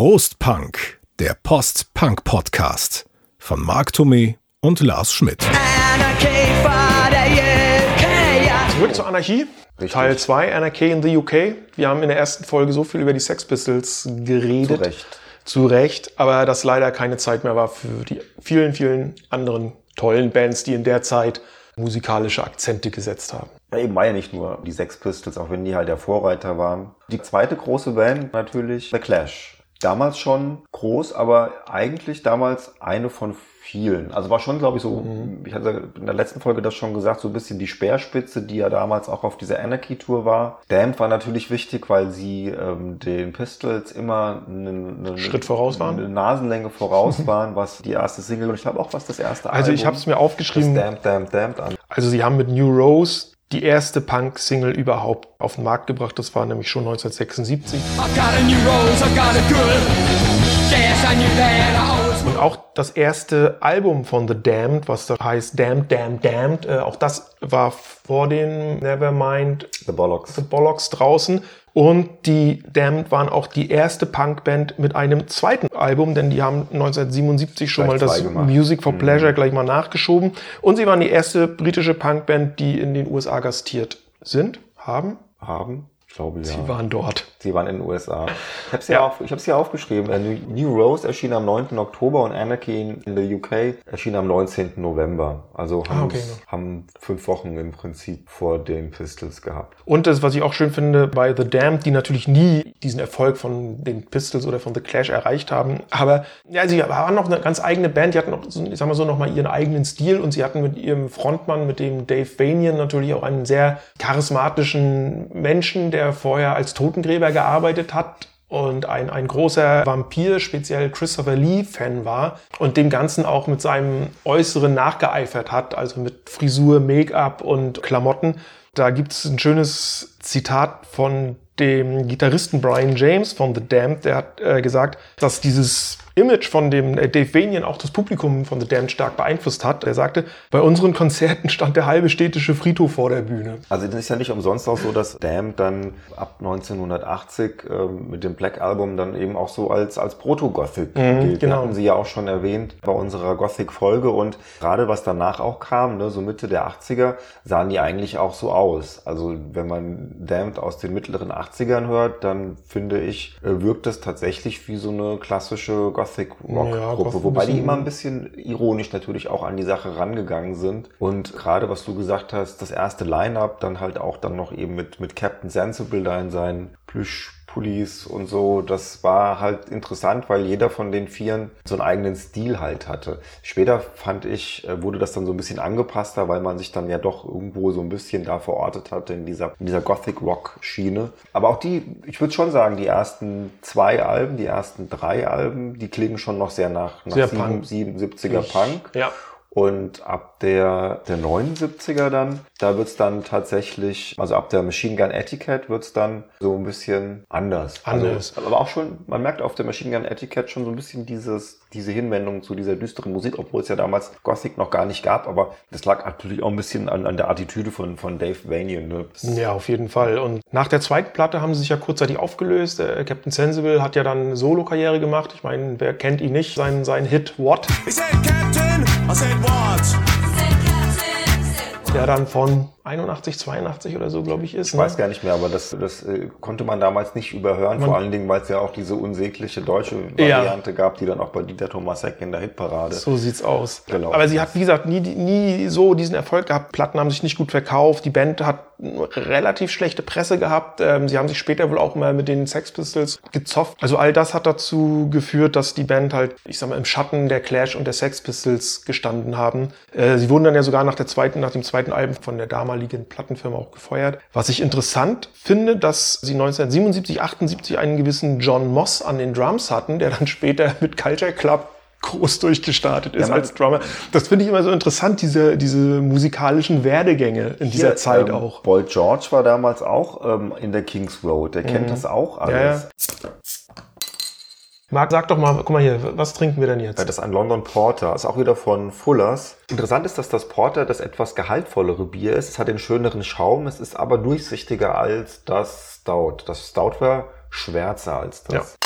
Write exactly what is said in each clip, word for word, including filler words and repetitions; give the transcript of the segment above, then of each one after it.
Prost Punk, der Post-Punk-Podcast von Marc Thomé und Lars Schmidt. Zurück zur Anarchie, Richtig. Teil zwei, Anarchy in the U K. Wir haben in der ersten Folge so viel über die Sex Pistols geredet. Zu Recht. Zu Recht, aber dass leider keine Zeit mehr war für die vielen, vielen anderen tollen Bands, die in der Zeit musikalische Akzente gesetzt haben. Ja, eben war ja nicht nur die Sex Pistols, auch wenn die halt der Vorreiter waren. Die zweite große Band natürlich The Clash. Damals schon groß, aber eigentlich damals eine von vielen. Also war schon, glaube ich, so, mhm. ich hatte in der letzten Folge das schon gesagt, so ein bisschen die Speerspitze, die ja damals auch auf dieser Anarchy-Tour war. Damned war natürlich wichtig, weil sie ähm, den Pistols immer einen eine, Schritt voraus waren. Eine Nasenlänge voraus waren, was die erste Single und ich glaube auch, was das erste also Album. Also ich habe es mir aufgeschrieben. Das Damned, Damned, Damned an. Also sie haben mit New Rose die erste Punk-Single überhaupt auf den Markt gebracht. Das war nämlich schon neunzehnhundertsechsundsiebzig. Und auch das erste Album von The Damned, was da heißt Damned, Damned, Damned, äh, auch das war vor den Nevermind The Bollocks. The Bollocks draußen. Und die Damned waren auch die erste Punkband mit einem zweiten Album, denn die haben neunzehnhundertsiebenundsiebzig schon Gleich mal das gemacht. Music for Pleasure mhm. gleich mal nachgeschoben. Und sie waren die erste britische Punkband, die in den U S A gastiert sind, haben. Haben? Ich glaube, ja. Sie waren dort. Sie waren in den U S A. Ich habe es ja. ja, auf, ich hab's hier aufgeschrieben. New Rose erschien am neunten Oktober und Anarchy in the U K erschien am neunzehnten November. Also haben, ah, okay. haben fünf Wochen im Prinzip vor den Pistols gehabt. Und das, was ich auch schön finde bei The Damned, die natürlich nie diesen Erfolg von den Pistols oder von The Clash erreicht haben. Aber ja, sie waren noch eine ganz eigene Band. Die hatten noch, ich sag mal so, noch mal ihren eigenen Stil. Und sie hatten mit ihrem Frontmann, mit dem Dave Vanian, natürlich auch einen sehr charismatischen Menschen, der der vorher als Totengräber gearbeitet hat und ein, ein großer Vampir, speziell Christopher Lee-Fan war und dem Ganzen auch mit seinem Äußeren nachgeeifert hat, also mit Frisur, Make-up und Klamotten. Da gibt es ein schönes Zitat von dem Gitarristen Brian James von The Damned, der hat äh, gesagt, dass dieses Image von dem äh, Dave Vanian auch das Publikum von The Damned stark beeinflusst hat. Er sagte, bei unseren Konzerten stand der halbe städtische Friedhof vor der Bühne. Also das ist ja nicht umsonst auch so, dass Damned dann ab neunzehnhundertachtzig äh, mit dem Black Album dann eben auch so als, als Proto-Gothic mhm, gilt. Genau. Wir hatten sie ja auch schon erwähnt bei unserer Gothic-Folge und gerade was danach auch kam, ne, so Mitte der achtziger, sahen die eigentlich auch so aus. Also wenn man Damned aus den mittleren achtzigern hört, dann finde ich, äh, wirkt das tatsächlich wie so eine klassische Gothic-Rock-Gruppe, ja, wobei die immer ein bisschen ironisch natürlich auch an die Sache rangegangen sind. Und gerade was du gesagt hast, das erste Line-Up, dann halt auch dann noch eben mit, mit Captain Sensible da in seinen Plüschpullis und so, das war halt interessant, weil jeder von den Vieren so einen eigenen Stil halt hatte. Später fand ich, wurde das dann so ein bisschen angepasster, weil man sich dann ja doch irgendwo so ein bisschen da verortet hatte in dieser, in dieser Gothic-Rock-Schiene. Aber auch die, ich würde schon sagen, die ersten zwei Alben, die ersten drei Alben, die klingen schon noch sehr nach, nach sehr sieben, Punk. siebenundsiebziger Punk. Ja. Und ab der, der neunundsiebziger dann, da wird's dann tatsächlich, also ab der Machine Gun Etiquette wird's dann so ein bisschen anders. Anders. Also, aber auch schon, man merkt auf der Machine Gun Etiquette schon so ein bisschen dieses, diese Hinwendung zu dieser düsteren Musik, obwohl es ja damals Gothic noch gar nicht gab, aber das lag natürlich auch ein bisschen an, an der Attitüde von, von Dave Vanian. Ne? Ja, auf jeden Fall. Und nach der zweiten Platte haben sie sich ja kurzzeitig aufgelöst. Der Captain Sensible hat ja dann eine Solo-Karriere gemacht. Ich meine, wer kennt ihn nicht? Sein, sein Hit What? He said, Captain, I said what? Der dann von einundachtzig, zweiundachtzig oder so, glaube ich, ist. Ich ne? weiß gar nicht mehr, aber das, das äh, konnte man damals nicht überhören, man vor allen Dingen, weil es ja auch diese unsägliche deutsche Variante ja. gab, die dann auch bei Dieter Thomas Heck in der Hitparade. So sieht's aus. Genau. Aber sie hat, wie gesagt, nie, nie so diesen Erfolg gehabt. Platten haben sich nicht gut verkauft. Die Band hat relativ schlechte Presse gehabt. Ähm, sie haben sich später wohl auch mal mit den Sex Pistols gezofft. Also all das hat dazu geführt, dass die Band halt, ich sag mal, im Schatten der Clash und der Sex Pistols gestanden haben. Äh, sie wurden dann ja sogar nach der zweiten, nach dem zweiten Album von der damaligen Plattenfirma auch gefeuert. Was ich interessant finde, dass sie neunzehnhundertsiebenundsiebzig, achtundsiebzig einen gewissen John Moss an den Drums hatten, der dann später mit Culture Club groß durchgestartet ist ja, als Drummer. Das finde ich immer so interessant, diese, diese musikalischen Werdegänge in dieser Hier, Zeit ähm, auch. Boy George war damals auch ähm, in der Kings Road. Der mhm. kennt das auch alles. Ja, ja. Marc, sag doch mal, guck mal hier, was trinken wir denn jetzt? Das ist ein London Porter, ist auch wieder von Fullers. Interessant ist, dass das Porter das etwas gehaltvollere Bier ist. Es hat den schöneren Schaum, es ist aber durchsichtiger als das Stout. Das Stout war schwärzer als das. Ja.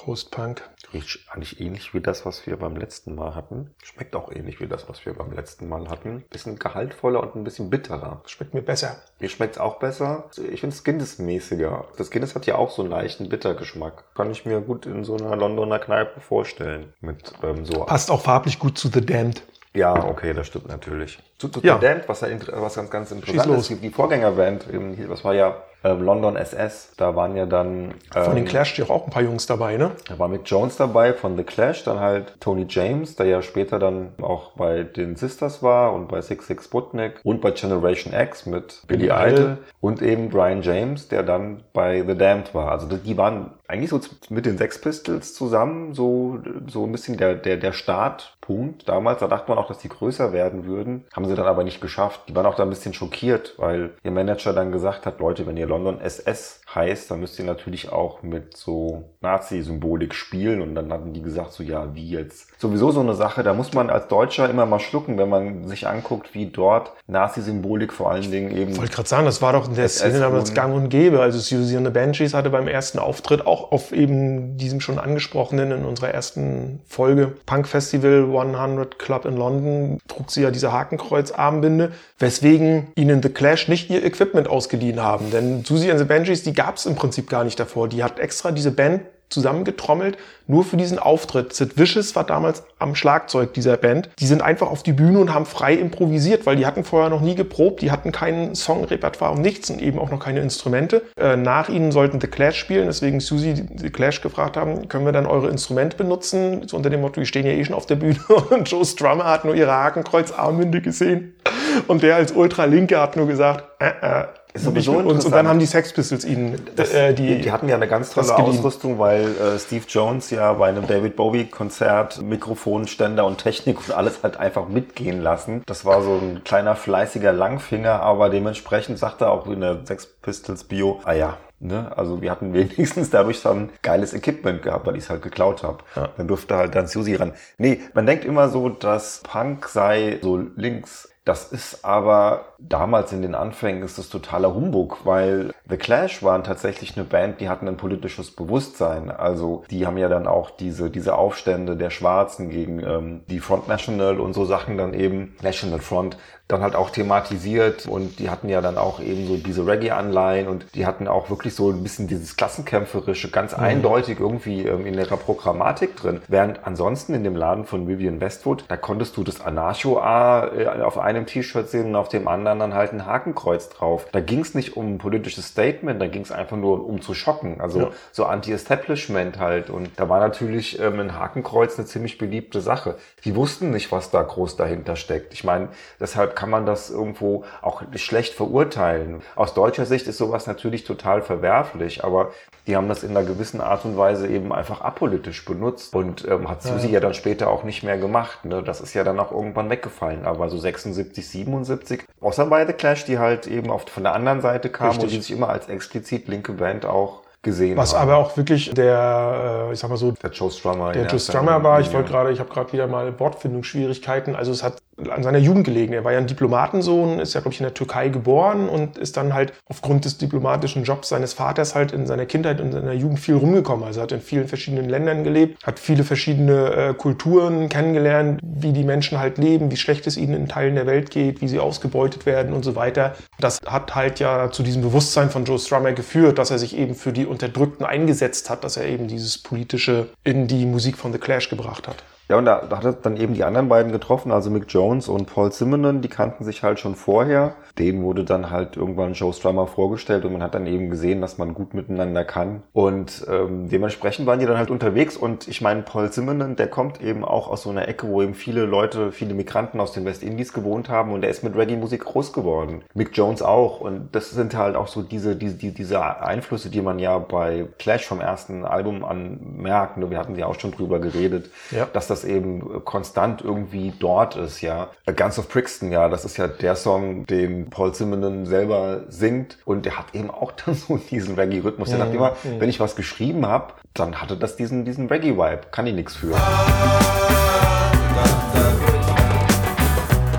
Post-Punk. Riecht eigentlich ähnlich wie das, was wir beim letzten Mal hatten. Schmeckt auch ähnlich wie das, was wir beim letzten Mal hatten. Bisschen gehaltvoller und ein bisschen bitterer. Schmeckt mir besser. Mir schmeckt es auch besser. Ich finde es Guinness-mäßiger. Das Guinness hat ja auch so einen leichten Bittergeschmack. Kann ich mir gut in so einer Londoner Kneipe vorstellen. Mit ähm, so. Passt auch farblich gut zu The Damned. Ja, okay, das stimmt natürlich. Zu, zu Ja. The Damned, was, ja, was ganz, ganz interessant Schieß los. ist, die Vorgängerband, eben, das war ja ähm, London S S, da waren ja dann... Ähm, Von den Clash stehen auch ein paar Jungs dabei, ne? Da war Mick Jones dabei von The Clash, dann halt Tony James, der ja später dann auch bei den Sisters war und bei Sigue Sigue Sputnik und bei Generation X mit Billy Billy Idol Idol. und eben Brian James, der dann bei The Damned war. Also die waren eigentlich so mit den Sex Pistols zusammen so, so ein bisschen der, der, der Startpunkt. Damals, da dachte man auch, dass die größer werden würden. Haben sie dann aber nicht geschafft. Die waren auch da ein bisschen schockiert, weil ihr Manager dann gesagt hat, Leute, wenn ihr London S S heißt, dann müsst ihr natürlich auch mit so Nazi-Symbolik spielen. Und dann hatten die gesagt, so ja, wie jetzt? Sowieso so eine Sache, da muss man als Deutscher immer mal schlucken, wenn man sich anguckt, wie dort Nazi-Symbolik vor allen Dingen eben... Ich wollte gerade sagen, das war doch in der S S Szene damals wurden- gang und gäbe. Also Susie and the Banshees hatte beim ersten Auftritt auch auf eben diesem schon angesprochenen in unserer ersten Folge Punk Festival hundert Club in London trug sie ja diese Hakenkreuz-Armbinde, weswegen ihnen The Clash nicht ihr Equipment ausgeliehen haben. Denn Susie and the Banshees, die gab es im Prinzip gar nicht davor. Die hat extra diese Band zusammengetrommelt, nur für diesen Auftritt. Sid Vicious war damals am Schlagzeug dieser Band. Die sind einfach auf die Bühne und haben frei improvisiert, weil die hatten vorher noch nie geprobt, die hatten kein Songrepertoire und nichts und eben auch noch keine Instrumente. Äh, nach ihnen sollten The Clash spielen, deswegen Susie The Clash gefragt haben, können wir dann eure Instrumente benutzen? So unter dem Motto, wir stehen ja eh schon auf der Bühne und Joe Strummer hat nur ihre Hakenkreuz-Armbinde gesehen und der als Ultralinke hat nur gesagt, äh, äh, Ist sowieso und, und dann interessant. haben die Sex Pistols ihnen Das, äh, die, die hatten ja eine ganz tolle das geliehen. Ausrüstung, weil äh, Steve Jones ja bei einem David Bowie-Konzert Mikrofonständer und Technik und alles halt einfach mitgehen lassen. Das war so ein kleiner fleißiger Langfinger, aber dementsprechend sagte er auch in der Sex Pistols Bio, ah ja, ne, also wir hatten wenigstens dadurch dann geiles Equipment gehabt, weil ich es halt geklaut habe. Ja. Dann durfte halt dann Susie ran. Nee, man denkt immer so, dass Punk sei so links. Das ist aber damals in den Anfängen ist das totaler Humbug, weil The Clash waren tatsächlich eine Band, die hatten ein politisches Bewusstsein. Also die haben ja dann auch diese diese Aufstände der Schwarzen gegen ähm, die Front National und so Sachen dann eben, National Front, dann halt auch thematisiert und die hatten ja dann auch eben so diese Reggae-Anleihen und die hatten auch wirklich so ein bisschen dieses Klassenkämpferische ganz mhm. eindeutig irgendwie ähm, in ihrer Programmatik drin. Während ansonsten in dem Laden von Vivienne Westwood, da konntest du das Anarcho-A äh, auf einem T-Shirt sehen und auf dem anderen dann halt ein Hakenkreuz drauf. Da ging es nicht um ein politisches Statement, da ging es einfach nur um zu schocken. Also ja. so Anti-Establishment halt. Und da war natürlich ähm, ein Hakenkreuz eine ziemlich beliebte Sache. Die wussten nicht, was da groß dahinter steckt. Ich meine, deshalb kann man das irgendwo auch schlecht verurteilen. Aus deutscher Sicht ist sowas natürlich total verwerflich, aber die haben das in einer gewissen Art und Weise eben einfach apolitisch benutzt und ähm, hat Susie ja. ja dann später auch nicht mehr gemacht. Ne? Das ist ja dann auch irgendwann weggefallen, aber so sechsundsiebzig, siebenundsiebzig, außer bei The Clash, die halt eben auf, von der anderen Seite kamen Richtig. und die sich immer als explizit linke Band auch gesehen Was haben. aber auch wirklich der, äh, ich sag mal so, der Joe Strummer, der Joe Strummer war. Ich wollte gerade, ich habe gerade wieder mal Wortfindungsschwierigkeiten. Also es hat an seiner Jugend gelegen. Er war ja ein Diplomatensohn, ist ja, glaube ich, in der Türkei geboren und ist dann halt aufgrund des diplomatischen Jobs seines Vaters halt in seiner Kindheit und in seiner Jugend viel rumgekommen. Also er hat in vielen verschiedenen Ländern gelebt, hat viele verschiedene äh, Kulturen kennengelernt, wie die Menschen halt leben, wie schlecht es ihnen in Teilen der Welt geht, wie sie ausgebeutet werden und so weiter. Das hat halt ja zu diesem Bewusstsein von Joe Strummer geführt, dass er sich eben für die Unterdrückten eingesetzt hat, dass er eben dieses Politische in die Musik von The Clash gebracht hat. Ja, und da, da hat er dann eben die anderen beiden getroffen, also Mick Jones und Paul Simonon, die kannten sich halt schon vorher. Denen wurde dann halt irgendwann Joe Strummer vorgestellt und man hat dann eben gesehen, dass man gut miteinander kann. Und ähm, dementsprechend waren die dann halt unterwegs und ich meine, Paul Simonon, der kommt eben auch aus so einer Ecke, wo eben viele Leute, viele Migranten aus den Westindies gewohnt haben und der ist mit Reggae-Musik groß geworden. Mick Jones auch und das sind halt auch so diese, diese, diese Einflüsse, die man ja bei Clash vom ersten Album an merkt. Wir hatten ja auch schon drüber geredet, ja. dass das eben konstant irgendwie dort ist, ja. Guns of Brixton, ja, das ist ja der Song, den Paul Simonon selber singt und der hat eben auch dann so diesen Reggae-Rhythmus. Der mhm. sagt immer, mhm. wenn ich was geschrieben habe, dann hatte das diesen, diesen Reggae-Vibe. Kann ich nichts für.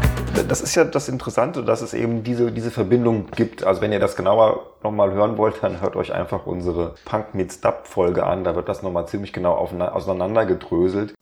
das ist ja das Interessante, dass es eben diese, diese Verbindung gibt. Also wenn ihr das genauer nochmal hören wollt, dann hört euch einfach unsere Punk Meets Dub Folge an. Da wird das nochmal ziemlich genau auseinandergedröselt.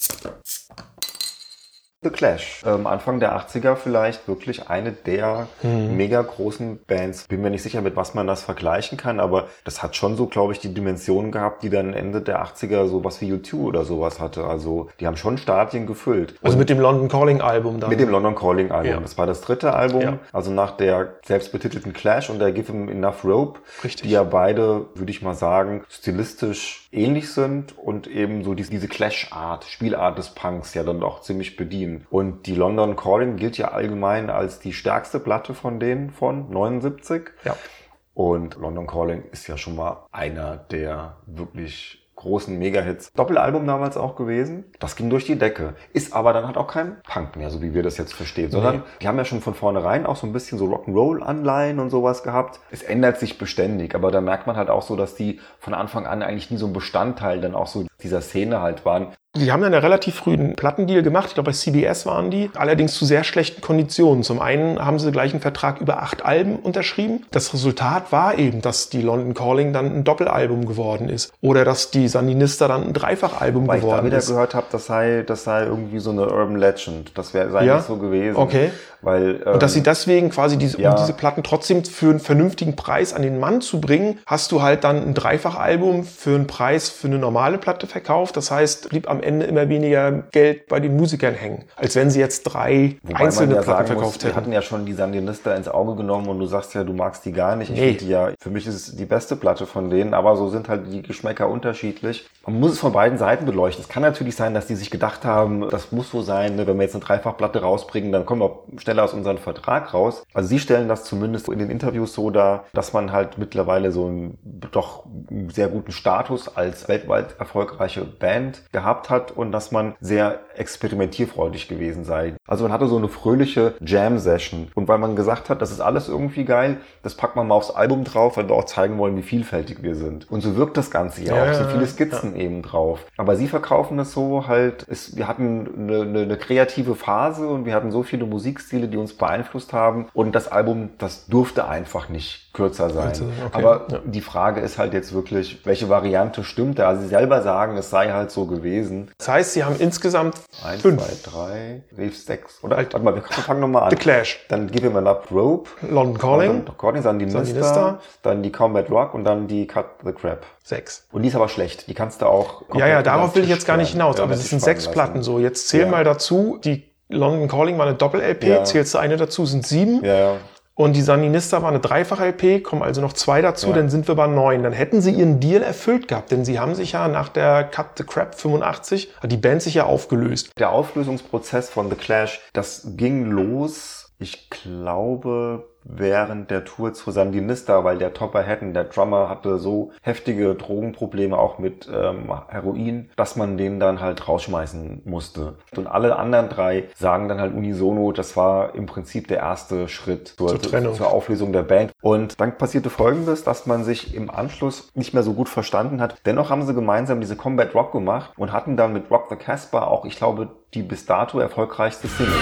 The Clash. Ähm, Anfang der achtziger vielleicht wirklich eine der mhm. mega großen Bands. Bin mir nicht sicher, mit was man das vergleichen kann, aber das hat schon so, glaube ich, die Dimensionen gehabt, die dann Ende der achtziger sowas wie U zwei oder sowas hatte. Also die haben schon Stadien gefüllt. Also und mit dem London Calling Album dann? Mit dem London Calling Album. Ja. Das war das dritte Album, ja. Also nach der selbstbetitelten Clash und der Give 'Em Enough Rope, Richtig. Die ja beide, würde ich mal sagen, stilistisch ähnlich sind und eben so diese, diese Clash-Art, Spielart des Punks ja dann auch ziemlich bedienen. Und die London Calling gilt ja allgemein als die stärkste Platte von denen von neunundsiebzig. Ja. Und London Calling ist ja schon mal einer der wirklich großen Mega-Hits. Doppelalbum damals auch gewesen. Das ging durch die Decke. Ist aber dann halt auch kein Punk mehr, so wie wir das jetzt verstehen. Sondern nee. Die haben ja schon von vornherein auch so ein bisschen so Rock'n'Roll-Anleihen und sowas gehabt. Es ändert sich beständig, aber da merkt man halt auch so, dass die von Anfang an eigentlich nie so ein Bestandteil dann auch so dieser Szene halt waren. Die haben dann einen relativ frühen Plattendeal gemacht. Ich glaube, bei C B S waren die. Allerdings zu sehr schlechten Konditionen. Zum einen haben sie gleich einen Vertrag über acht Alben unterschrieben. Das Resultat war eben, dass die London Calling dann ein Doppelalbum geworden ist. Oder dass die Sandinista dann ein Dreifachalbum Weil geworden ist. Weil ich da wieder ist. gehört habe, das sei, das sei irgendwie so eine Urban Legend. Das wäre sei ja? nicht so gewesen. Okay. Weil, ähm, und dass sie deswegen quasi diese, ja. um diese Platten trotzdem für einen vernünftigen Preis an den Mann zu bringen, hast du halt dann ein Dreifachalbum für einen Preis für eine normale Platte verkauft. Das heißt, blieb am Ende immer weniger Geld bei den Musikern hängen, als wenn sie jetzt drei Wobei einzelne man ja Platten sagen verkauft muss, hätten. Wir hatten ja schon die Sandinista ins Auge genommen und du sagst ja, du magst die gar nicht. Ich nee. finde die ja, für mich ist es die beste Platte von denen, aber so sind halt die Geschmäcker unterschiedlich. Man muss es von beiden Seiten beleuchten. Es kann natürlich sein, dass die sich gedacht haben, das muss so sein, ne? Wenn wir jetzt eine Dreifachplatte rausbringen, dann kommen wir schneller aus unserem Vertrag raus. Also sie stellen das zumindest in den Interviews so dar, dass man halt mittlerweile so einen doch sehr guten Status als weltweit erfolgreiche Band gehabt hat und dass man sehr experimentierfreudig gewesen sei. Also man hatte so eine fröhliche Jam-Session. Und weil man gesagt hat, das ist alles irgendwie geil, das packt man mal aufs Album drauf, weil wir auch zeigen wollen, wie vielfältig wir sind. Und so wirkt das Ganze ja, ja auch. Es sind viele Skizzen ja. eben drauf. Aber sie verkaufen es so halt, es, wir hatten eine, eine, eine kreative Phase und wir hatten so viele Musikstile, die uns beeinflusst haben. Und das Album, das durfte einfach nicht kürzer sein. Okay. Aber ja. die Frage ist halt jetzt wirklich, welche Variante stimmt da? Also sie selber sagen, es sei halt so gewesen. Das heißt, sie haben insgesamt Eins, fünf. zwei, drei, elf, sechs. Oder halt, warte mal, wir fangen nochmal an. The Clash. Dann Give 'Em Enough Rope. London Calling. London Calling, dann die Sandinista. Dann die Combat Rock und dann die Cut the Crap. Sechs. Und die ist aber schlecht. Die kannst du auch... Ja, ja, darauf will ich jetzt gar nicht hinaus. Ja, aber es sind sechs Platten lassen. So. Jetzt zähl ja. mal dazu. Die London Calling war eine Doppel-L P. Ja. Zählst du eine dazu, sind sieben. Ja, ja. Und die Sandinista war eine Dreifach-L P, kommen also noch zwei dazu, ja. Dann sind wir bei neun. Dann hätten sie ihren Deal erfüllt gehabt, denn sie haben sich ja nach der Cut the Crap fünfundachtzig, hat die Band sich ja aufgelöst. Der Auflösungsprozess von The Clash, das ging los, ich glaube, während der Tour zu Sandinista, weil der Topper Hatton, der Drummer, hatte so heftige Drogenprobleme auch mit ähm, Heroin, dass man den dann halt rausschmeißen musste. Und alle anderen drei sagen dann halt unisono, das war im Prinzip der erste Schritt zur, zur, Trennung. zur Auflösung der Band. Und dann passierte Folgendes, dass man sich im Anschluss nicht mehr so gut verstanden hat. Dennoch haben sie gemeinsam diese Combat Rock gemacht und hatten dann mit Rock the Casbah auch, ich glaube, die bis dato erfolgreichste Single.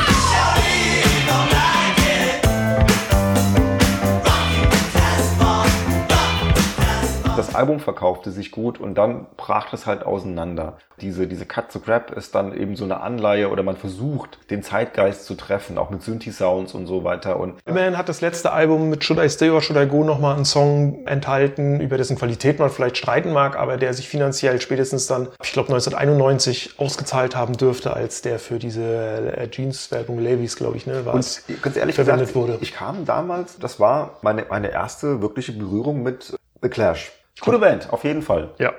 Das Album verkaufte sich gut und dann brach es halt auseinander. Diese, diese Cut the Crap ist dann eben so eine Anleihe oder man versucht, den Zeitgeist zu treffen, auch mit Synthi-Sounds und so weiter. Und immerhin hat das letzte Album mit Should I Stay or Should I Go nochmal einen Song enthalten, über dessen Qualität man vielleicht streiten mag, aber der sich finanziell spätestens dann, ich glaube neunzehnhunderteinundneunzig, ausgezahlt haben dürfte, als der für diese Jeans-Werbung Levi's, glaube ich, ne, war und ganz ehrlich verwendet gesagt, wurde. Ich kam damals, das war meine, meine erste wirkliche Berührung mit The Clash. Coole Band, auf jeden Fall. Ja.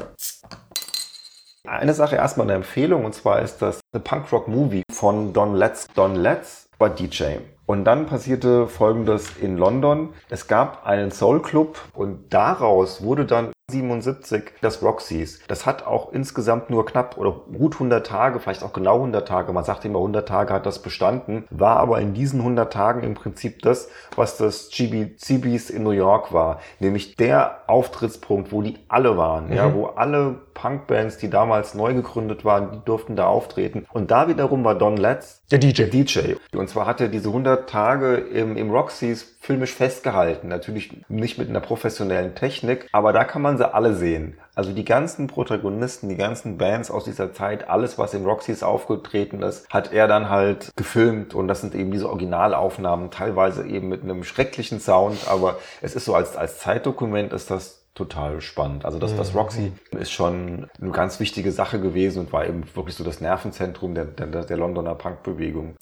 Eine Sache erstmal eine Empfehlung, und zwar ist das The Punk Rock Movie von Don Letts. Don Letts war D J. Und dann passierte Folgendes in London. Es gab einen Soul Club und daraus wurde dann siebenundsiebzig das Roxy's. Das hat auch insgesamt nur knapp oder gut hundert Tage, vielleicht auch genau hundert Tage, man sagt immer hundert Tage hat das bestanden, war aber in diesen hundert Tagen im Prinzip das, was das G B C Bs in New York war. Nämlich der Auftrittspunkt, wo die alle waren, mhm. ja, wo alle Punkbands, die damals neu gegründet waren, die durften da auftreten. Und da wiederum war Don Letts der D J. Der D J. Und zwar hat er diese hundert Tage im, im Roxy's filmisch festgehalten. Natürlich nicht mit einer professionellen Technik, aber da kann man sie alle sehen. Also die ganzen Protagonisten, die ganzen Bands aus dieser Zeit, alles, was im Roxy's aufgetreten ist, hat er dann halt gefilmt. Und das sind eben diese Originalaufnahmen, teilweise eben mit einem schrecklichen Sound, aber es ist so als, als Zeitdokument ist das total spannend. Also das, das Roxy ist schon eine ganz wichtige Sache gewesen und war eben wirklich so das Nervenzentrum der, der, der Londoner Punkbewegung.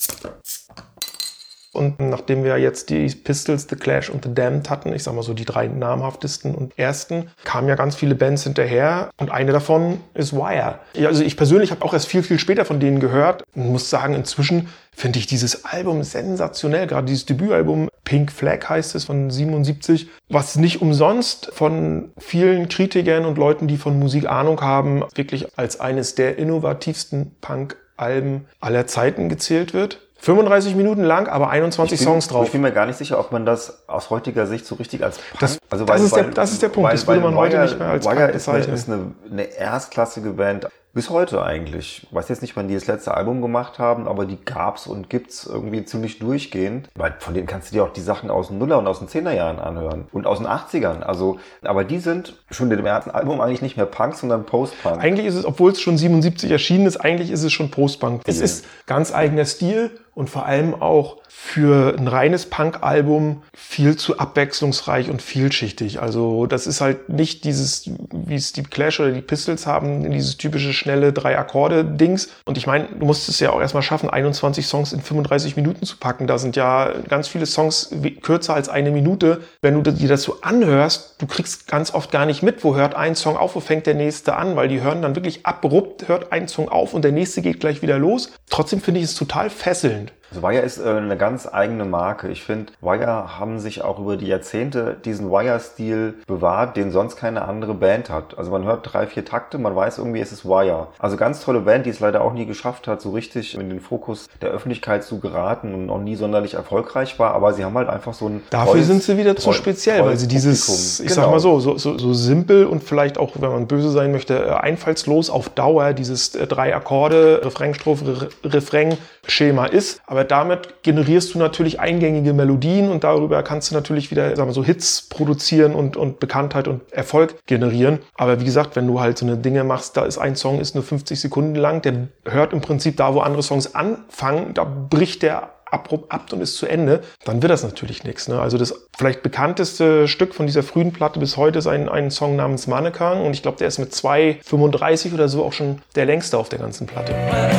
Und nachdem wir jetzt die Pistols, The Clash und The Damned hatten, ich sag mal so die drei namhaftesten und ersten, kamen ja ganz viele Bands hinterher und eine davon ist Wire. Ja, also ich persönlich habe auch erst viel, viel später von denen gehört und muss sagen, inzwischen finde ich dieses Album sensationell, gerade dieses Debütalbum Pink Flag heißt es von siebenundsiebzig, was nicht umsonst von vielen Kritikern und Leuten, die von Musik Ahnung haben, wirklich als eines der innovativsten Punk-Alben aller Zeiten gezählt wird. fünfunddreißig Minuten lang, aber einundzwanzig bin, Songs drauf. Ich bin mir gar nicht sicher, ob man das aus heutiger Sicht so richtig als Punk... Das, also das, weil, ist, weil, der, das ist der Punkt, weil, das würde man heute Wire, nicht mehr als Wire Punk ist, bezeichnen. eine, ist eine, eine erstklassige Band. Bis heute eigentlich. Ich weiß jetzt nicht, wann die das letzte Album gemacht haben, aber die gab's und gibt's irgendwie ziemlich durchgehend. Weil von denen kannst du dir auch die Sachen aus den Nuller und aus den Zehnerjahren anhören. Und aus den achtzigern. Also, aber die sind schon in dem ersten Album eigentlich nicht mehr Punk, sondern Post-Punk. Eigentlich ist es, obwohl es schon siebenundsiebzig erschienen ist, eigentlich ist es schon Post-Punk. Es ist ganz eigener Stil und vor allem auch für ein reines Punk-Album viel zu abwechslungsreich und vielschichtig. Also das ist halt nicht dieses, wie es die Clash oder die Pistols haben, dieses typische schnelle Drei-Akkorde-Dings. Und ich meine, du musst es ja auch erstmal schaffen, einundzwanzig Songs in fünfunddreißig Minuten zu packen. Da sind ja ganz viele Songs kürzer als eine Minute. Wenn du dir das so anhörst, du kriegst ganz oft gar nicht mit, wo hört ein Song auf, wo fängt der nächste an, weil die hören dann wirklich abrupt, hört ein Song auf und der nächste geht gleich wieder los. Trotzdem finde ich es total fesselnd. Also Wire ist äh, eine ganz eigene Marke. Ich finde, Wire haben sich auch über die Jahrzehnte diesen Wire-Stil bewahrt, den sonst keine andere Band hat. Also man hört drei, vier Takte, man weiß irgendwie, es ist Wire. Also ganz tolle Band, die es leider auch nie geschafft hat, so richtig in den Fokus der Öffentlichkeit zu geraten und auch nie sonderlich erfolgreich war. Aber sie haben halt einfach so ein Dafür treues, sind sie wieder zu treu, speziell, weil sie dieses, Publikum. ich genau. sag mal so, so, so, so simpel und vielleicht auch, wenn man böse sein möchte, einfallslos auf Dauer dieses äh, drei Akkorde, Refrain, Strophe, Refrain Schema ist. Aber damit generierst du natürlich eingängige Melodien und darüber kannst du natürlich wieder, sagen wir so, Hits produzieren und, und Bekanntheit und Erfolg generieren. Aber wie gesagt, wenn du halt so eine Dinge machst, da ist ein Song, ist nur fünfzig Sekunden lang, der hört im Prinzip da, wo andere Songs anfangen, da bricht der abrupt ab und ist zu Ende, dann wird das natürlich nichts. Ne? Also das vielleicht bekannteste Stück von dieser frühen Platte bis heute ist ein, ein Song namens Mannequin und ich glaube, der ist mit zwei fünfunddreißig oder so auch schon der längste auf der ganzen Platte.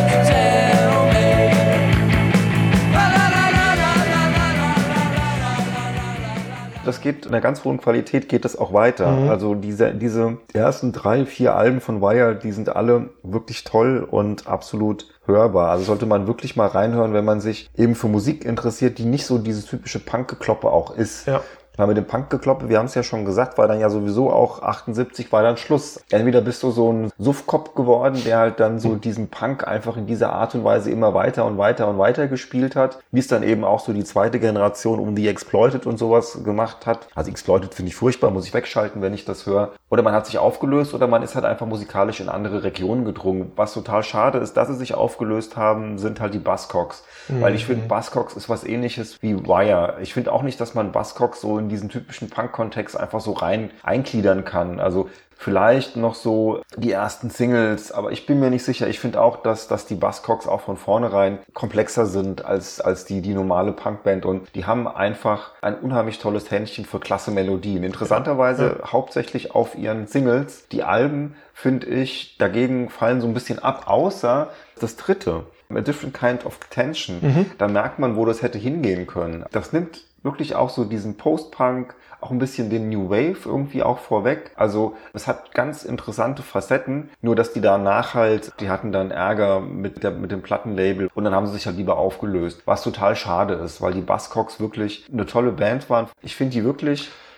Das geht in einer ganz hohen Qualität, geht das auch weiter. Mhm. Also diese, diese ersten drei, vier Alben von Wire, die sind alle wirklich toll und absolut hörbar. Also sollte man wirklich mal reinhören, wenn man sich eben für Musik interessiert, die nicht so dieses typische Punk-Gekloppe auch ist. Ja. Weil mit dem Punk-Gekloppe, wir haben es ja schon gesagt, war dann ja sowieso auch achtundsiebzig war dann Schluss. Entweder bist du so ein Suffkopf geworden, der halt dann so diesen Punk einfach in dieser Art und Weise immer weiter und weiter und weiter gespielt hat, wie es dann eben auch so die zweite Generation um die Exploited und sowas gemacht hat. Also Exploited finde ich furchtbar, muss ich wegschalten, wenn ich das höre. Oder man hat sich aufgelöst oder man ist halt einfach musikalisch in andere Regionen gedrungen. Was total schade ist, dass sie sich aufgelöst haben, sind halt die Buzzcocks. Mhm. Weil ich finde, Buzzcocks ist was Ähnliches wie Wire. Ich finde auch nicht, dass man Buzzcocks so in diesen typischen Punk-Kontext einfach so rein eingliedern kann. Also vielleicht noch so die ersten Singles, aber ich bin mir nicht sicher. Ich finde auch, dass, dass die Buzzcocks auch von vornherein komplexer sind als, als die, die normale Punkband und die haben einfach ein unheimlich tolles Händchen für klasse Melodien. Interessanterweise ja. hauptsächlich auf ihren Singles. Die Alben, finde ich, dagegen fallen so ein bisschen ab, außer das dritte. A Different Kind of Tension. Mhm. Da merkt man, wo das hätte hingehen können. Das nimmt wirklich auch so diesen Post-Punk, auch ein bisschen den New Wave irgendwie auch vorweg. Also es hat ganz interessante Facetten, nur dass die danach halt, die hatten dann Ärger mit, der, mit dem Plattenlabel und dann haben sie sich halt lieber aufgelöst, was total schade ist, weil die Buzzcocks wirklich eine tolle Band waren. Ich finde die wirklich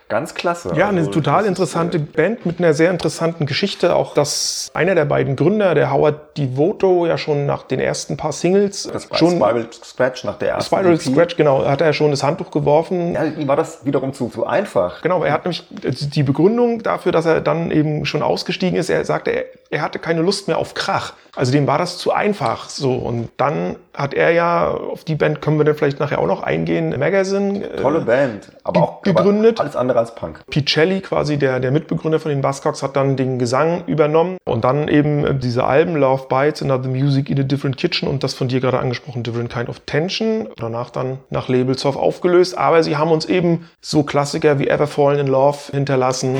ganz klasse. Ja, eine also, total interessante ist, Band mit einer sehr interessanten Geschichte. Auch, dass einer der beiden Gründer, der Howard Devoto, ja schon nach den ersten paar Singles... Das war schon Spiral Scratch nach der ersten Spiral E P. Scratch, genau, hat er schon das Handtuch geworfen. Ja, ihm war das wiederum zu, zu einfach. Genau, er hat nämlich die Begründung dafür, dass er dann eben schon ausgestiegen ist. Er sagte, er, er hatte keine Lust mehr auf Krach. Also dem war das zu einfach. So, und dann hat er ja, auf die Band können wir dann vielleicht nachher auch noch eingehen, Magazine. Tolle äh, Band, aber auch gegründet. Aber alles andere als Punk. Picelli, quasi der, der Mitbegründer von den Buzzcocks, hat dann den Gesang übernommen und dann eben diese Alben Love Bites, Another Music in a Different Kitchen und das von dir gerade angesprochen Different Kind of Tension. Danach dann nach Labelsoft aufgelöst, aber sie haben uns eben so Klassiker wie Ever Fallen in Love hinterlassen.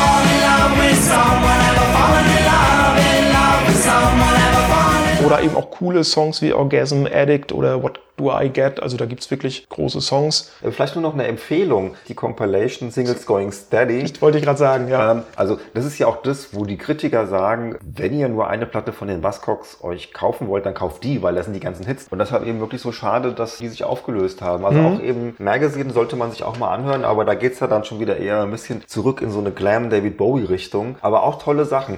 Oder eben auch coole Songs wie Orgasm Addict oder What Do I Get? Also da gibt's wirklich große Songs. Vielleicht nur noch eine Empfehlung, die Compilation Singles Going Steady. Das wollte ich gerade sagen, ja. Ähm, also das ist ja auch das, wo die Kritiker sagen, wenn ihr nur eine Platte von den Buzzcocks euch kaufen wollt, dann kauft die, weil das sind die ganzen Hits. Und deshalb eben wirklich so schade, dass die sich aufgelöst haben. Also mhm. auch eben Magazine sollte man sich auch mal anhören, aber da geht's ja dann schon wieder eher ein bisschen zurück in so eine Glam-David-Bowie-Richtung. Aber auch tolle Sachen.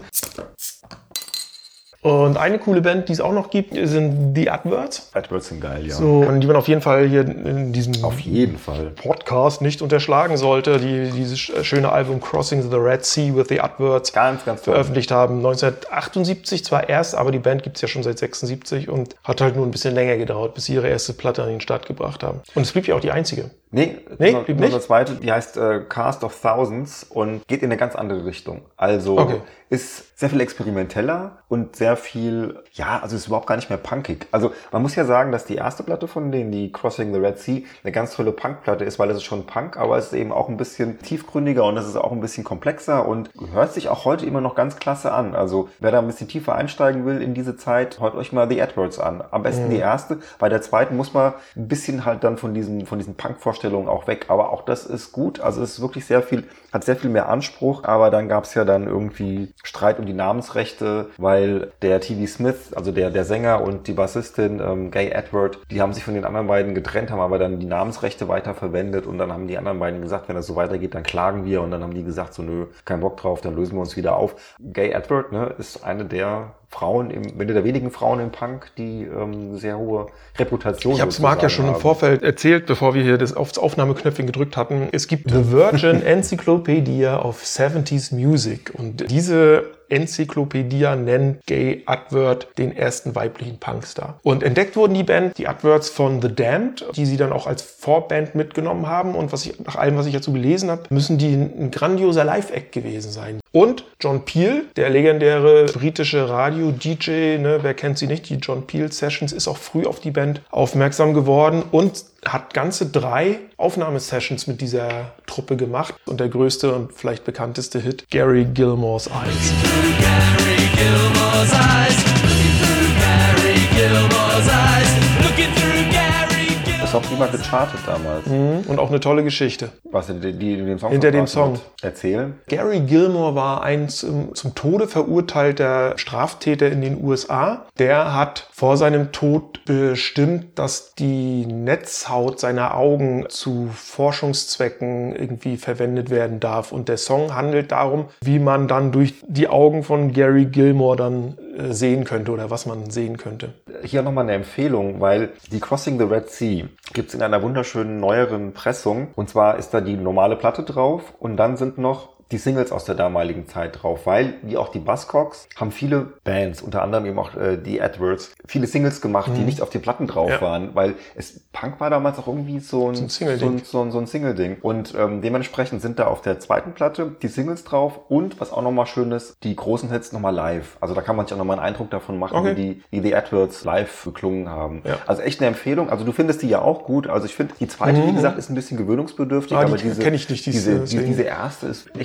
Und eine coole Band, die es auch noch gibt, sind The Adverts. Adverts sind geil, ja. So, und die man auf jeden Fall hier in diesem auf jeden Fall. Podcast nicht unterschlagen sollte. Die dieses schöne Album Crossing the Red Sea with The Adverts ganz, ganz toll. veröffentlicht haben. neunzehnhundertachtundsiebzig zwar erst, aber die Band gibt es ja schon seit sechsundsiebzig und hat halt nur ein bisschen länger gedauert, bis sie ihre erste Platte an den Start gebracht haben. Und es blieb ja auch die einzige. Nee, nee noch, blieb noch nicht? eine zweite, die heißt äh, Cast of Thousands und geht in eine ganz andere Richtung. Also okay. ist sehr viel experimenteller und sehr viel, ja, also ist überhaupt gar nicht mehr punkig. Also man muss ja sagen, dass die erste Platte von denen, die Crossing the Red Sea, eine ganz tolle Punkplatte ist, weil es ist schon Punk, aber es ist eben auch ein bisschen tiefgründiger und es ist auch ein bisschen komplexer und hört sich auch heute immer noch ganz klasse an. Also wer da ein bisschen tiefer einsteigen will in diese Zeit, hört euch mal The Adverts an. Am besten mhm. die erste. Bei der zweiten muss man ein bisschen halt dann von diesen, von diesen Punk-Vorstellungen auch weg. Aber auch das ist gut. Also es ist wirklich sehr viel, hat sehr viel mehr Anspruch. Aber dann gab es ja dann irgendwie Streit um die Namensrechte, weil der T V Smith, also der, der Sänger und die Bassistin ähm, Gay Edward, die haben sich von den anderen beiden getrennt, haben aber dann die Namensrechte weiterverwendet und dann haben die anderen beiden gesagt, wenn das so weitergeht, dann klagen wir und dann haben die gesagt, so nö, kein Bock drauf, dann lösen wir uns wieder auf. Gay Edward, ne, ist eine der Frauen, im, eine der wenigen Frauen im Punk, die ähm, sehr hohe Reputation haben. Ich habe es Marc ja schon haben. im Vorfeld erzählt, bevor wir hier das aufs Aufnahmeknöpfchen gedrückt hatten. Es gibt The Virgin Encyclopedia of seventies Music und diese Enzyklopädie nennt Gay Advert den ersten weiblichen Punkstar. Und entdeckt wurden die Band, die Adverts von The Damned, die sie dann auch als Vorband mitgenommen haben. Und was ich, nach allem, was ich dazu gelesen habe, müssen die ein grandioser Live-Act gewesen sein. Und John Peel, der legendäre britische Radio-D J, ne, wer kennt sie nicht, die John Peel Sessions, ist auch früh auf die Band aufmerksam geworden und hat ganze drei Aufnahmesessions mit dieser Truppe gemacht. Und der größte und vielleicht bekannteste Hit, Gary Gilmore's Eyes. Gary Gilmore's Eyes, looking through Gary Gilmore's Eyes, looking through Gary Gilmore's Eyes. Das hat niemand gechartet damals. Mhm. Und auch eine tolle Geschichte. Was die, die in dem Song hinter dem Song erzählen? Gary Gilmore war ein zum, zum Tode verurteilter Straftäter in den U S A. Der hat vor seinem Tod bestimmt, dass die Netzhaut seiner Augen zu Forschungszwecken irgendwie verwendet werden darf. Und der Song handelt darum, wie man dann durch die Augen von Gary Gilmore dann äh, sehen könnte oder was man sehen könnte. Hier nochmal eine Empfehlung, weil die Crossing the Red Sea gibt es in einer wunderschönen neueren Pressung. Und zwar ist da die normale Platte drauf und dann sind noch die Singles aus der damaligen Zeit drauf, weil, wie auch die Buzzcocks, haben viele Bands, unter anderem eben auch äh, die Adverts, viele Singles gemacht, mhm. die nicht auf den Platten drauf ja. waren, weil es Punk war damals auch irgendwie so ein, so ein Single-Ding. So ein, so ein Single-Ding. Und ähm, dementsprechend sind da auf der zweiten Platte die Singles drauf und, was auch nochmal schön ist, die großen Hits nochmal live. Also da kann man sich auch nochmal einen Eindruck davon machen, okay. wie die wie die Adverts live geklungen haben. Ja. Also echt eine Empfehlung. Also du findest die ja auch gut. Also ich finde, die zweite, mhm. wie gesagt, ist ein bisschen gewöhnungsbedürftig, ah, aber die diese, kenn ich nicht, diese, diese, diese, diese erste ist echt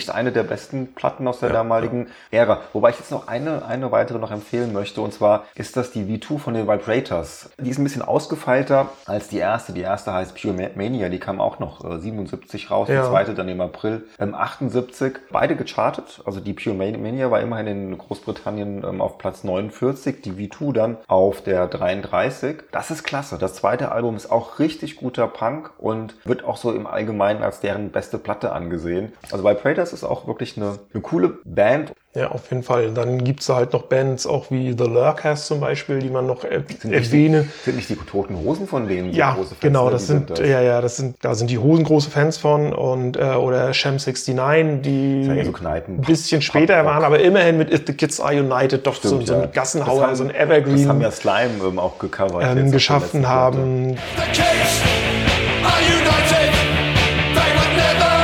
wirklich eine der besten Platten aus der Ja, damaligen Ära. Wobei ich jetzt noch eine, eine weitere noch empfehlen möchte, und zwar ist das die V zwei von den Vibrators. Die ist ein bisschen ausgefeilter als die erste. Die erste heißt Pure Mania, die kam auch noch äh, siebenundsiebzig raus, Ja. die zweite dann im April ähm, achtundsiebzig. Beide gechartet, also die Pure Mania war immerhin in Großbritannien ähm, auf Platz neunundvierzig, die V zwei dann auf der dreiunddreißig. Das ist klasse. Das zweite Album ist auch richtig guter Punk und wird auch so im Allgemeinen als deren beste Platte angesehen. Also Vibrators ist auch wirklich eine, eine coole Band. Ja, auf jeden Fall. Dann gibt's da halt noch Bands, auch wie The Lurkers zum Beispiel, die man noch er Sind erwähne. Nicht, sind nicht die Toten Hosen von denen so Ja, große Fans? genau, ne? das Die sind, das. ja, ja, das sind, da sind die Hosen große Fans von und, äh, oder Sham sixty-nine, die Ja, so Kneipen, ein bisschen später Pop-Rock. waren, aber immerhin mit If the Kids Are United doch so, Stimmt, so ja. ein Gassenhauer, Das haben- so ein Evergreen Das haben ja Slime ähm, auch gecovert. jetzt auf ähm, der geschaffen letzten Platte. haben. The kids are united. They would never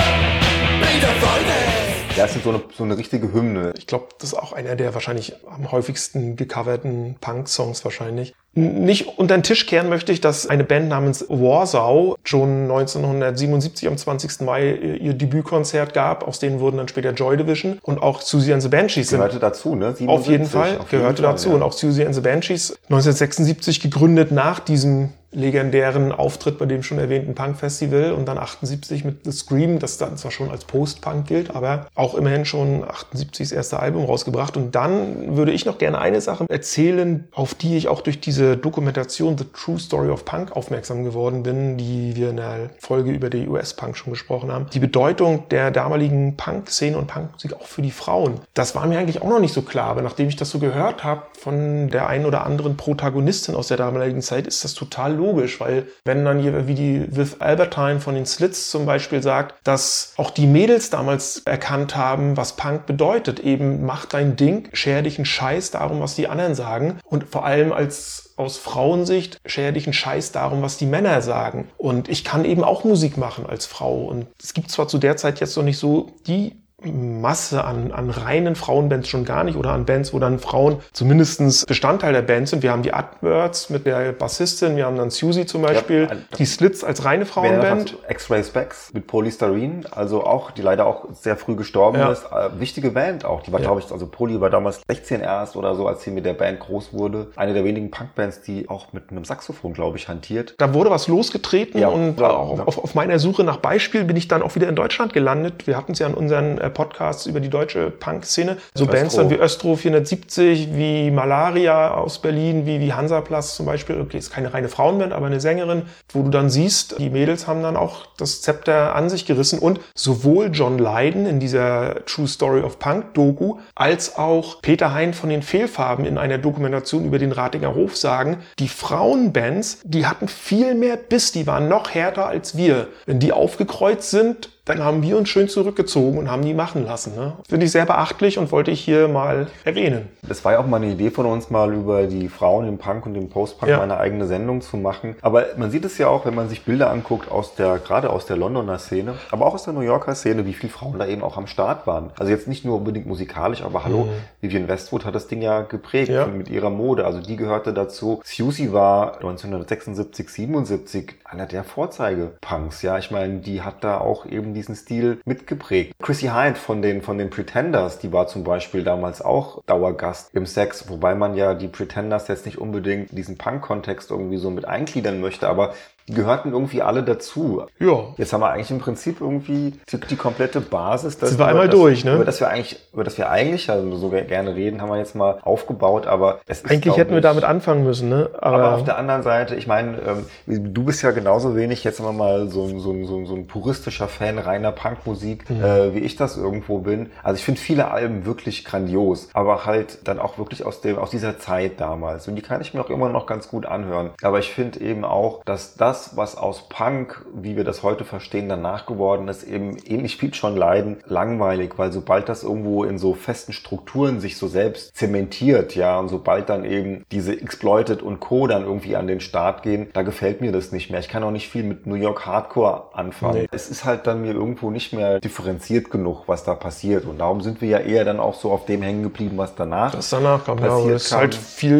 be divided. Ja, es ist so eine, so eine richtige Hymne. Ich glaube, das ist auch einer der wahrscheinlich am häufigsten gecoverten Punk-Songs wahrscheinlich. N- Nicht unter den Tisch kehren möchte ich, dass eine Band namens Warsaw schon neunzehnhundertsiebenundsiebzig am zwanzigsten Mai ihr Debütkonzert gab. Aus denen wurden dann später Joy Division und auch Siouxsie and the Banshees sind Gehörte dazu, ne? auf siebenundsiebzig, jeden Fall, auf jeden gehörte Fall, dazu. ja. Und auch Siouxsie and the Banshees, neunzehnhundertsechsundsiebzig gegründet nach diesem legendären Auftritt bei dem schon erwähnten Punk-Festival und dann achtundsiebzig mit The Scream, das dann zwar schon als Post-Punk gilt, aber auch immerhin schon achtundsiebzig das erste Album rausgebracht. Und dann würde ich noch gerne eine Sache erzählen, auf die ich auch durch diese Dokumentation The True Story of Punk aufmerksam geworden bin, die wir in der Folge über die U S-Punk schon besprochen haben. Die Bedeutung der damaligen Punk-Szene und Punkmusik auch für die Frauen. Das war mir eigentlich auch noch nicht so klar, aber nachdem ich das so gehört habe von der einen oder anderen Protagonistin aus der damaligen Zeit, ist das total logisch, weil wenn dann hier wie die Viv Albertine von den Slits zum Beispiel sagt, dass auch die Mädels damals erkannt haben, was Punk bedeutet, eben mach dein Ding, scher dich einen Scheiß darum, was die anderen sagen und vor allem als aus Frauensicht scher dich einen Scheiß darum, was die Männer sagen. Und ich kann eben auch Musik machen als Frau und es gibt zwar zu der Zeit jetzt noch nicht so die Masse an, an reinen Frauenbands schon gar nicht oder an Bands, wo dann Frauen zumindest Bestandteil der Band sind. Wir haben die Adverts mit der Bassistin, wir haben dann Siouxsie zum Beispiel, Ja, die Slits als reine Frauenband. X-Ray Specs mit Polystyrene, also auch, die leider auch sehr früh gestorben Ja. ist. Äh, wichtige Band auch. Die war, Ja. glaube ich, also Poly war damals sechzehn erst oder so, als sie mit der Band groß wurde. Eine der wenigen Punkbands, die auch mit einem Saxophon, glaube ich, hantiert. Da wurde was losgetreten Ja, und ja, auch ja. auf, auf meiner Suche nach Beispiel bin ich dann auch wieder in Deutschland gelandet. Wir hatten es ja in unseren äh, Podcasts über die deutsche Punk-Szene. So Östro. Bands dann wie Östro vierhundertsiebzig, wie Malaria aus Berlin, wie, wie Hansaplatz zum Beispiel. Okay, ist keine reine Frauenband, aber eine Sängerin, wo du dann siehst, die Mädels haben dann auch das Zepter an sich gerissen und sowohl John Lydon in dieser True Story of Punk Doku, als auch Peter Hein von den Fehlfarben in einer Dokumentation über den Ratinger Hof sagen, die Frauenbands, die hatten viel mehr Biss, die waren noch härter als wir. Wenn die aufgekreuzt sind, dann haben wir uns schön zurückgezogen und haben die machen lassen. Ne? Finde ich sehr beachtlich und wollte ich hier mal erwähnen. Das war ja auch mal eine Idee von uns, mal über die Frauen im Punk und im Post-Punk Ja. mal eine eigene Sendung zu machen. Aber man sieht es ja auch, wenn man sich Bilder anguckt, aus der, gerade aus der Londoner Szene, aber auch aus der New Yorker Szene, wie viele Frauen da eben auch am Start waren. Also jetzt nicht nur unbedingt musikalisch, aber hallo, Vivienne Westwood hat das Ding ja geprägt Ja. mit ihrer Mode. Also die gehörte dazu. Siouxsie war neunzehnhundertsechsundsiebzig, siebenundsiebzig einer der Vorzeigepunks. Ja, ich meine, die hat da auch eben diesen Stil mitgeprägt. Chrissy Hynde von den, von den Pretenders, die war zum Beispiel damals auch Dauergast im Sex, wobei man ja die Pretenders jetzt nicht unbedingt in diesen Punk-Kontext irgendwie so mit eingliedern möchte, aber die gehörten irgendwie alle dazu. Ja. Jetzt haben wir eigentlich im Prinzip irgendwie die, die komplette Basis, dass Sind wir über einmal das, durch, ne? über das wir eigentlich, über das wir eigentlich also so gerne reden, haben wir jetzt mal aufgebaut, aber es ist, Eigentlich glaub hätten wir ich, damit anfangen müssen, ne? Aber, aber auf der anderen Seite, ich meine, ähm, du bist ja genauso wenig jetzt immer mal so, ein- so, ein- so, ein- so ein puristischer Fan reiner Punkmusik, Mhm. äh, wie ich das irgendwo bin. Also ich finde viele Alben wirklich grandios, aber halt dann auch wirklich aus dem, aus dieser Zeit damals. Und die kann ich mir auch immer noch ganz gut anhören. Aber ich finde eben auch, dass das, was aus Punk, wie wir das heute verstehen, danach geworden ist, eben ähnlich wie John Lydon, langweilig, weil sobald das irgendwo in so festen Strukturen sich so selbst zementiert, ja, und sobald dann eben diese Exploited und Co. dann irgendwie an den Start gehen, da gefällt mir das nicht mehr. Ich kann auch nicht viel mit New York Hardcore anfangen. Nee. Es ist halt dann mir irgendwo nicht mehr differenziert genug, was da passiert. Und darum sind wir ja eher dann auch so auf dem hängen geblieben, was danach das danach kam, ja, aber passiert es ist kam. halt viel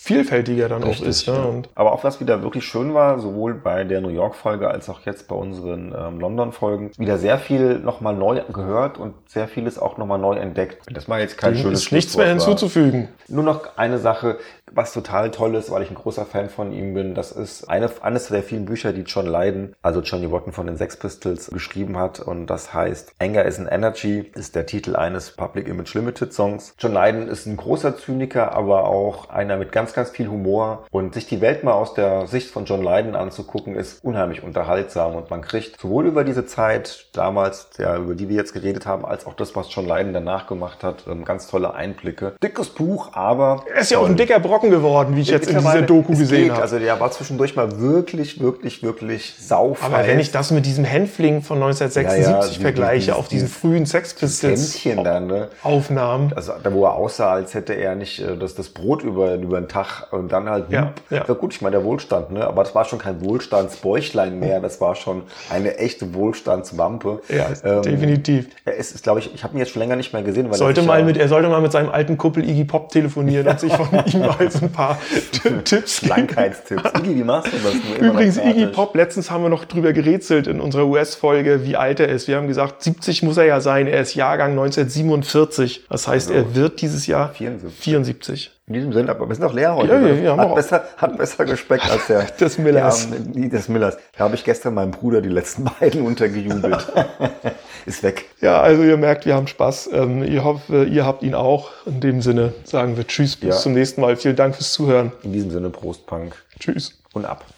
vielfältiger dann Richtig, auch ist. Ne? ja. Und aber auch was wieder wirklich schön war, sowohl bei der New York-Folge als auch jetzt bei unseren ähm, London-Folgen, wieder sehr viel nochmal neu gehört und sehr vieles auch nochmal neu entdeckt. Das war jetzt kein dem schönes ist nichts mehr Schlusswort war. hinzuzufügen. Nur noch eine Sache, was total toll ist, weil ich ein großer Fan von ihm bin. Das ist eine, eines der vielen Bücher, die John Lydon, also Johnny Rotten von den Sex Pistols, geschrieben hat. Und das heißt Anger is an Energy, ist der Titel eines Public Image Limited Songs. John Lydon ist ein großer Zyniker, aber auch einer mit ganz, ganz viel Humor. Und sich die Welt mal aus der Sicht von John Lydon anzugucken, ist unheimlich unterhaltsam. Und man kriegt sowohl über diese Zeit damals, ja, über die wir jetzt geredet haben, als auch das, was John Lydon danach gemacht hat, ganz tolle Einblicke. Dickes Buch, aber... Er ist ja auch ein dicker Brocken geworden, wie ich jetzt in dieser Doku gesehen habe. Also der war zwischendurch mal wirklich, wirklich, wirklich saufeiß. Aber wenn ich das mit diesem Hänfling von neunzehnhundertsechsundsiebzig ja, ja, vergleiche, dieses, auf diesen frühen Sex Pistols dann, ne? Aufnahmen. Also da, wo er aussah, als hätte er nicht äh, das, das Brot über, über den Tag und dann halt, ja, ja. ja gut, ich meine, der Wohlstand, ne? Aber das war schon kein Wohlstandsbäuchlein mehr, das war schon eine echte Wohlstandswampe. Ja, ähm, definitiv. Er ist, ist glaube ich, ich habe ihn jetzt schon länger nicht mehr gesehen. Weil sollte er, mal ja, mit, er sollte mal mit seinem alten Kumpel Iggy Pop telefonieren und sich von ihm mal so ein paar Tipps geben. Langheitstipps. Iggy, wie machst du das? Du Übrigens, Iggy Pop, letztens haben wir noch drüber gerätselt in unserer U S-Folge, wie alt er ist. Wir haben gesagt, siebzig muss er ja sein. Er ist Jahrgang neunzehnhundertsiebenundvierzig. Das heißt, also, er wird dieses Jahr vierundsiebzig. vierundsiebzig. In diesem Sinne, aber wir sind auch leer heute. Ja, ja, ja, hat, besser, hat besser gespeckt als der des Millers. Ja, des Millers. Da habe ich gestern meinem Bruder die letzten beiden untergejubelt. Ist weg. Ja, also ihr merkt, wir haben Spaß. Ähm, ich hoffe, ihr habt ihn auch. In dem Sinne sagen wir Tschüss, bis ja. zum nächsten Mal. Vielen Dank fürs Zuhören. In diesem Sinne, Prost Punk. Tschüss. Und ab.